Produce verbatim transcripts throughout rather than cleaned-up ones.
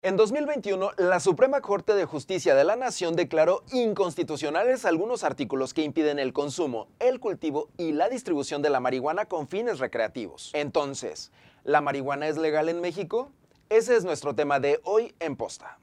En dos mil veintiuno, la Suprema Corte de Justicia de la Nación declaró inconstitucionales algunos artículos que impiden el consumo, el cultivo y la distribución de la marihuana con fines recreativos. Entonces, ¿la marihuana es legal en México? Ese es nuestro tema de hoy en Posta.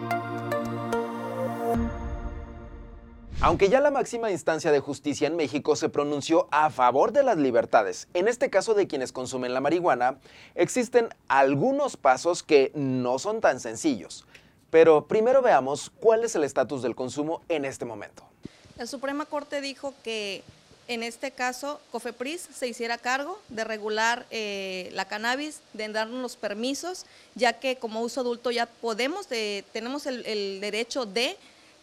Aunque ya la máxima instancia de justicia en México se pronunció a favor de las libertades, en este caso de quienes consumen la marihuana, existen algunos pasos que no son tan sencillos. Pero primero veamos cuál es el estatus del consumo en este momento. La Suprema Corte dijo que en este caso COFEPRIS se hiciera cargo de regular eh, la cannabis, de darnos los permisos, ya que como uso adulto ya podemos, de, tenemos el, el derecho de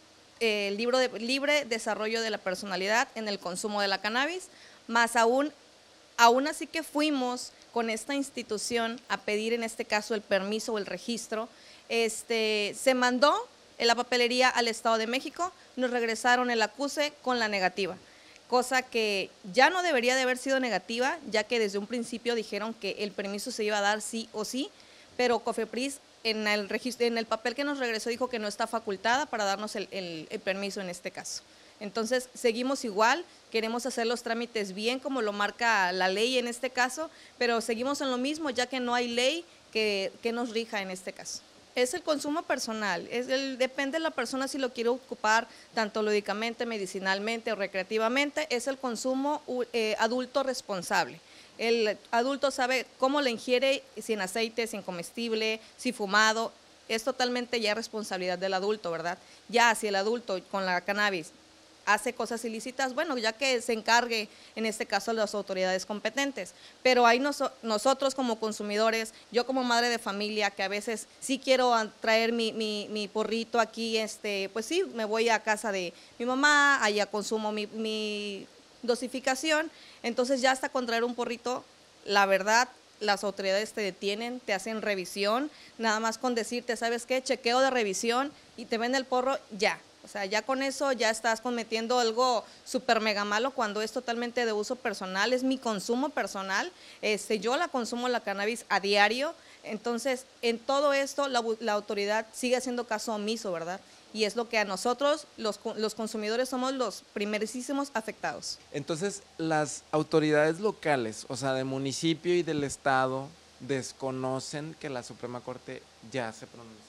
el libro de libre desarrollo de la personalidad en el consumo de la cannabis, más aún, aún así que fuimos con esta institución a pedir en este caso el permiso o el registro, este, se mandó en la papelería al Estado de México, nos regresaron el acuse con la negativa, cosa que ya no debería de haber sido negativa, ya que desde un principio dijeron que el permiso se iba a dar sí o sí, pero COFEPRIS en el, registro, en el papel que nos regresó dijo que no está facultada para darnos el, el, el permiso en este caso. Entonces, seguimos igual, queremos hacer los trámites bien como lo marca la ley en este caso, pero seguimos en lo mismo ya que no hay ley que, que nos rija en este caso. Es el consumo personal, es el, depende de la persona si lo quiere ocupar tanto lúdicamente, medicinalmente o recreativamente, es el consumo eh, adulto responsable. El adulto sabe cómo lo ingiere, sin aceite, sin comestible, si fumado, es totalmente ya responsabilidad del adulto, ¿verdad? Ya si el adulto con la cannabis hace cosas ilícitas, bueno, ya que se encargue, en este caso, las autoridades competentes. Pero hay nos, nosotros como consumidores, yo como madre de familia, que a veces sí quiero traer mi, mi, mi porrito aquí, este, pues sí, me voy a casa de mi mamá, allá consumo mi, mi dosificación, entonces ya hasta con traer un porrito, la verdad, las autoridades te detienen, te hacen revisión, nada más con decirte, ¿sabes qué? Chequeo de revisión y te ven el porro, ya. O sea, ya con eso ya estás cometiendo algo súper mega malo cuando es totalmente de uso personal, es mi consumo personal, este, yo la consumo la cannabis a diario, entonces en todo esto la, la autoridad sigue haciendo caso omiso, ¿verdad? Y es lo que a nosotros, los, los consumidores, somos los primerísimos afectados. Entonces, las autoridades locales, o sea, del municipio y del estado, desconocen que la Suprema Corte ya se pronunció.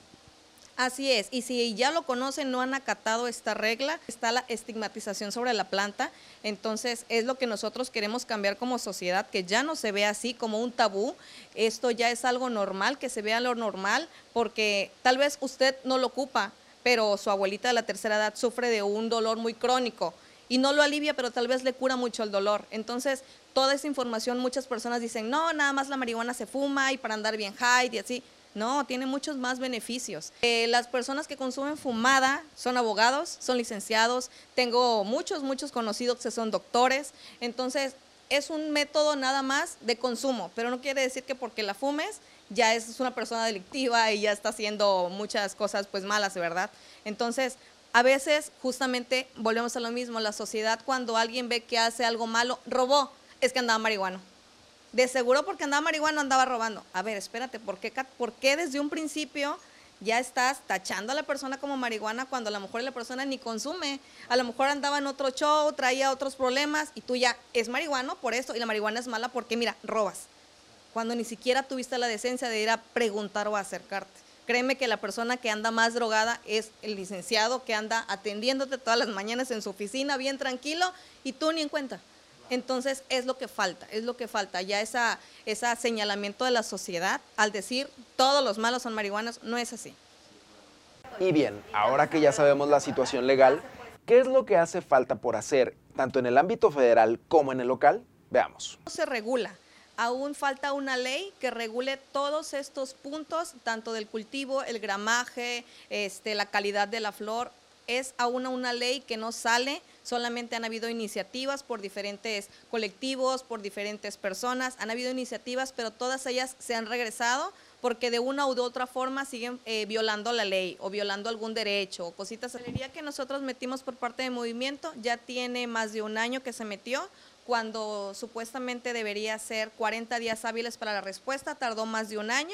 Así es, y si ya lo conocen, no han acatado esta regla, está la estigmatización sobre la planta, entonces es lo que nosotros queremos cambiar como sociedad, que ya no se vea así como un tabú, esto ya es algo normal, que se vea lo normal, porque tal vez usted no lo ocupa, pero su abuelita de la tercera edad sufre de un dolor muy crónico y no lo alivia, pero tal vez le cura mucho el dolor. Entonces, toda esa información, muchas personas dicen, no, nada más la marihuana se fuma y para andar bien high y así. No, tiene muchos más beneficios. Eh, las personas que consumen fumada son abogados, son licenciados, tengo muchos, muchos conocidos que son doctores, entonces es un método nada más de consumo, pero no quiere decir que porque la fumes ya es una persona delictiva y ya está haciendo muchas cosas pues malas, ¿verdad? Entonces, a veces justamente volvemos a lo mismo, la sociedad cuando alguien ve que hace algo malo, robó, es que andaba marihuano. De seguro porque andaba marihuana andaba robando. A ver, espérate, ¿por qué, ¿por qué desde un principio ya estás tachando a la persona como marihuana cuando a lo mejor la persona ni consume? A lo mejor andaba en otro show, traía otros problemas y tú ya es marihuano por esto y la marihuana es mala porque, mira, robas. Cuando ni siquiera tuviste la decencia de ir a preguntar o a acercarte. Créeme que la persona que anda más drogada es el licenciado que anda atendiéndote todas las mañanas en su oficina bien tranquilo y tú ni en cuenta. Entonces es lo que falta, es lo que falta, ya esa, ese señalamiento de la sociedad al decir todos los malos son marihuanos, no es así. Y bien, ahora que ya sabemos la situación legal, ¿qué es lo que hace falta por hacer, tanto en el ámbito federal como en el local? Veamos. No se regula, aún falta una ley que regule todos estos puntos, tanto del cultivo, el gramaje, este, la calidad de la flor. Es aún una ley que no sale, solamente han habido iniciativas por diferentes colectivos, por diferentes personas, han habido iniciativas, pero todas ellas se han regresado porque de una u otra forma siguen eh, violando la ley o violando algún derecho o cositas. La ley que nosotros metimos por parte del movimiento ya tiene más de un año que se metió, cuando supuestamente debería ser cuarenta días hábiles para la respuesta, tardó más de un año.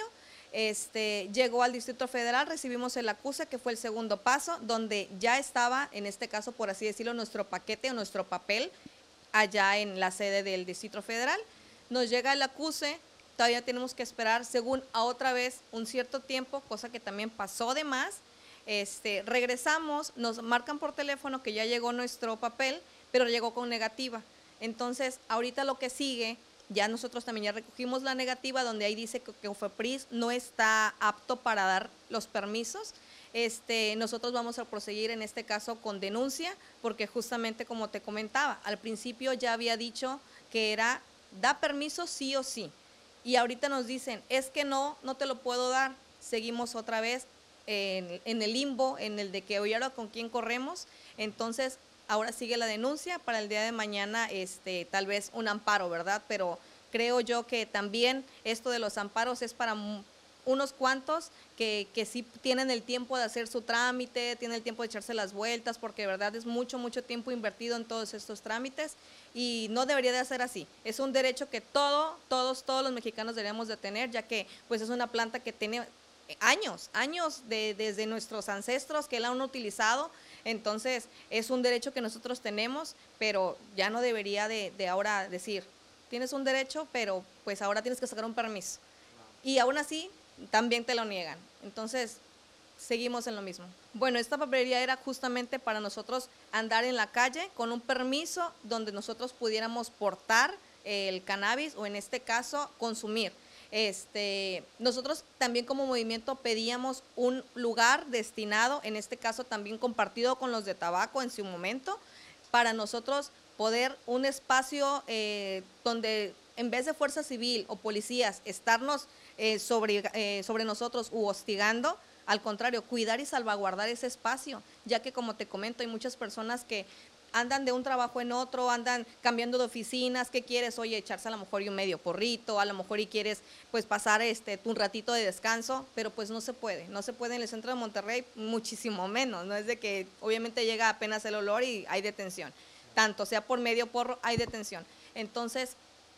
Este, llegó al Distrito Federal, recibimos el acuse, que fue el segundo paso, donde ya estaba, en este caso, por así decirlo, nuestro paquete o nuestro papel allá en la sede del Distrito Federal. Nos llega el acuse, todavía tenemos que esperar, según a otra vez, un cierto tiempo, cosa que también pasó de más. Este, regresamos, nos marcan por teléfono que ya llegó nuestro papel, pero llegó con negativa. Entonces, ahorita lo que sigue, ya nosotros también ya recogimos la negativa, donde ahí dice que, que COFEPRIS no está apto para dar los permisos. Este, nosotros vamos a proseguir en este caso con denuncia, porque justamente como te comentaba, al principio ya había dicho que era, da permiso sí o sí, y ahorita nos dicen, es que no, no te lo puedo dar. Seguimos otra vez en, en el limbo, en el de que hoy ahora con quién corremos. Entonces, ahora sigue la denuncia, para el día de mañana este, tal vez un amparo, ¿verdad? Pero creo yo que también esto de los amparos es para unos cuantos que, que sí tienen el tiempo de hacer su trámite, tienen el tiempo de echarse las vueltas, porque de verdad es mucho, mucho tiempo invertido en todos estos trámites y no debería de ser así. Es un derecho que todo, todos, todos los mexicanos deberíamos de tener, ya que pues es una planta que tiene años, años de, desde nuestros ancestros que la han utilizado. Entonces, es un derecho que nosotros tenemos, pero ya no debería de, de ahora decir, tienes un derecho, pero pues ahora tienes que sacar un permiso. Y aún así, también te lo niegan. Entonces, seguimos en lo mismo. Bueno, esta papelería era justamente para nosotros andar en la calle con un permiso donde nosotros pudiéramos portar el cannabis o en este caso, consumir. Este, nosotros también como movimiento pedíamos un lugar destinado, en este caso también compartido con los de tabaco en su momento, para nosotros poder un espacio eh, donde en vez de fuerza civil o policías estarnos eh, sobre, eh, sobre nosotros u hostigando, al contrario, cuidar y salvaguardar ese espacio, ya que como te comento, hay muchas personas que andan de un trabajo en otro, andan cambiando de oficinas. ¿Qué quieres? Oye, echarse a lo mejor y un medio porrito, a lo mejor y quieres pues pasar este un ratito de descanso, pero pues no se puede, no se puede en el centro de Monterrey, muchísimo menos, no es de que obviamente llega apenas el olor y hay detención, tanto sea por medio porro, hay detención. Entonces,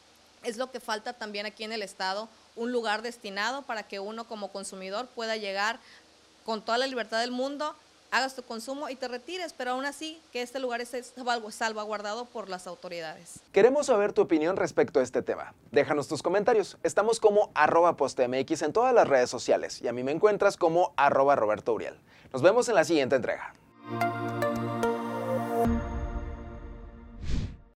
es lo que falta también aquí en el estado, un lugar destinado para que uno como consumidor pueda llegar con toda la libertad del mundo, hagas tu consumo y te retires, pero aún así que este lugar esté salvaguardado por las autoridades. Queremos saber tu opinión respecto a este tema. Déjanos tus comentarios. Estamos como arroba postmx en todas las redes sociales y a mí me encuentras como arroba Roberto Uriel. Nos vemos en la siguiente entrega.